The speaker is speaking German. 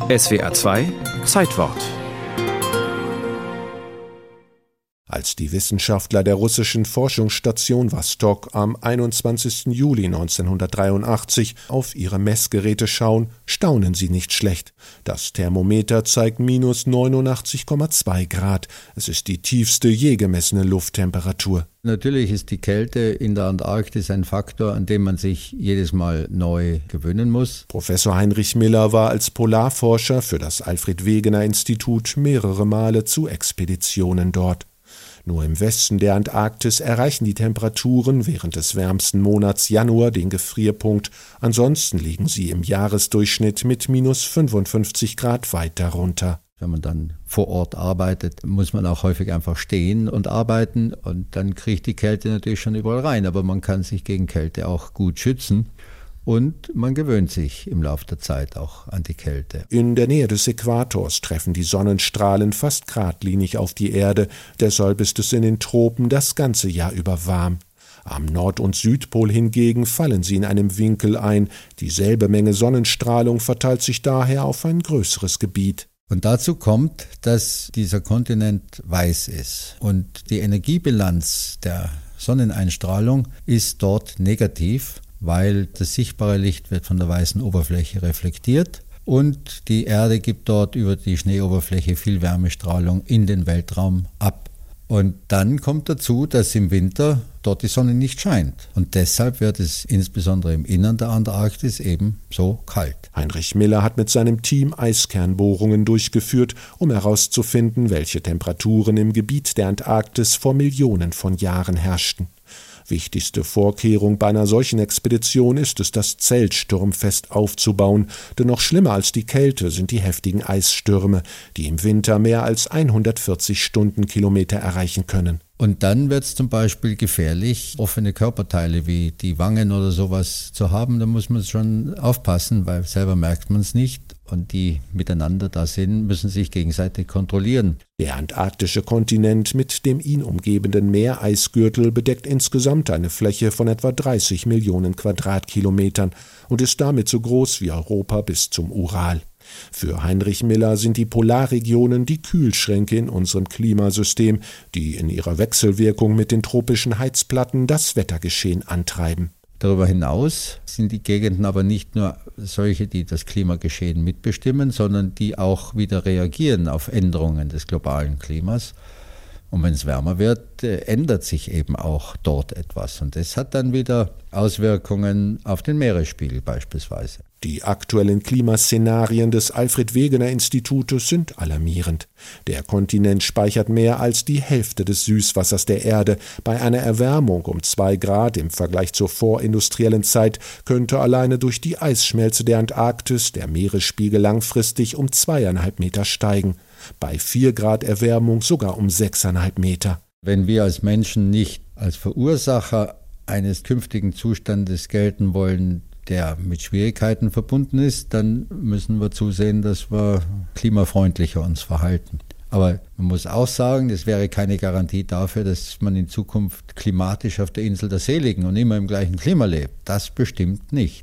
SWR 2 Zeitwort. Als die Wissenschaftler der russischen Forschungsstation Wostok am 21. Juli 1983 auf ihre Messgeräte schauen, staunen sie nicht schlecht. Das Thermometer zeigt minus 89,2 Grad. Es ist die tiefste je gemessene Lufttemperatur. Natürlich ist die Kälte in der Antarktis ein Faktor, an dem man sich jedes Mal neu gewöhnen muss. Professor Heinrich Miller war als Polarforscher für das Alfred-Wegener-Institut mehrere Male zu Expeditionen dort. Nur im Westen der Antarktis erreichen die Temperaturen während des wärmsten Monats Januar den Gefrierpunkt. Ansonsten liegen sie im Jahresdurchschnitt mit minus 55 Grad weit darunter. Wenn man dann vor Ort arbeitet, muss man auch häufig einfach stehen und arbeiten. Und dann kriegt die Kälte natürlich schon überall rein. Aber man kann sich gegen Kälte auch gut schützen. Und man gewöhnt sich im Laufe der Zeit auch an die Kälte. In der Nähe des Äquators treffen die Sonnenstrahlen fast geradlinig auf die Erde. Deshalb ist es in den Tropen das ganze Jahr über warm. Am Nord- und Südpol hingegen fallen sie in einem Winkel ein. Dieselbe Menge Sonnenstrahlung verteilt sich daher auf ein größeres Gebiet. Und dazu kommt, dass dieser Kontinent weiß ist. Und die Energiebilanz der Sonneneinstrahlung ist dort negativ, weil das sichtbare Licht wird von der weißen Oberfläche reflektiert und die Erde gibt dort über die Schneeoberfläche viel Wärmestrahlung in den Weltraum ab. Und dann kommt dazu, dass im Winter dort die Sonne nicht scheint. Und deshalb wird es insbesondere im Innern der Antarktis eben so kalt. Heinrich Miller hat mit seinem Team Eiskernbohrungen durchgeführt, um herauszufinden, welche Temperaturen im Gebiet der Antarktis vor Millionen von Jahren herrschten. Wichtigste Vorkehrung bei einer solchen Expedition ist es, das Zelt sturmfest aufzubauen, denn noch schlimmer als die Kälte sind die heftigen Eisstürme, die im Winter mehr als 140 Stundenkilometer erreichen können. Und dann wird es zum Beispiel gefährlich, offene Körperteile wie die Wangen oder sowas zu haben. Da muss man schon aufpassen, weil selber merkt man es nicht. Und die miteinander da sind, müssen sich gegenseitig kontrollieren. Der antarktische Kontinent mit dem ihn umgebenden Meereisgürtel bedeckt insgesamt eine Fläche von etwa 30 Millionen Quadratkilometern und ist damit so groß wie Europa bis zum Ural. Für Heinrich Miller sind die Polarregionen die Kühlschränke in unserem Klimasystem, die in ihrer Wechselwirkung mit den tropischen Heizplatten das Wettergeschehen antreiben. Darüber hinaus sind die Gegenden aber nicht nur solche, die das Klimageschehen mitbestimmen, sondern die auch wieder reagieren auf Änderungen des globalen Klimas. Und wenn es wärmer wird, ändert sich eben auch dort etwas. Und das hat dann wieder Auswirkungen auf den Meeresspiegel beispielsweise. Die aktuellen Klimaszenarien des Alfred-Wegener-Institutes sind alarmierend. Der Kontinent speichert mehr als die Hälfte des Süßwassers der Erde. Bei einer Erwärmung um 2 Grad im Vergleich zur vorindustriellen Zeit könnte alleine durch die Eisschmelze der Antarktis der Meeresspiegel langfristig um 2,5 Meter steigen. Bei 4 Grad Erwärmung sogar um 6,5 Meter. Wenn wir als Menschen nicht als Verursacher eines künftigen Zustandes gelten wollen, der mit Schwierigkeiten verbunden ist, dann müssen wir zusehen, dass wir klimafreundlicher uns verhalten. Aber man muss auch sagen, das wäre keine Garantie dafür, dass man in Zukunft klimatisch auf der Insel der Seligen und immer im gleichen Klima lebt. Das bestimmt nicht.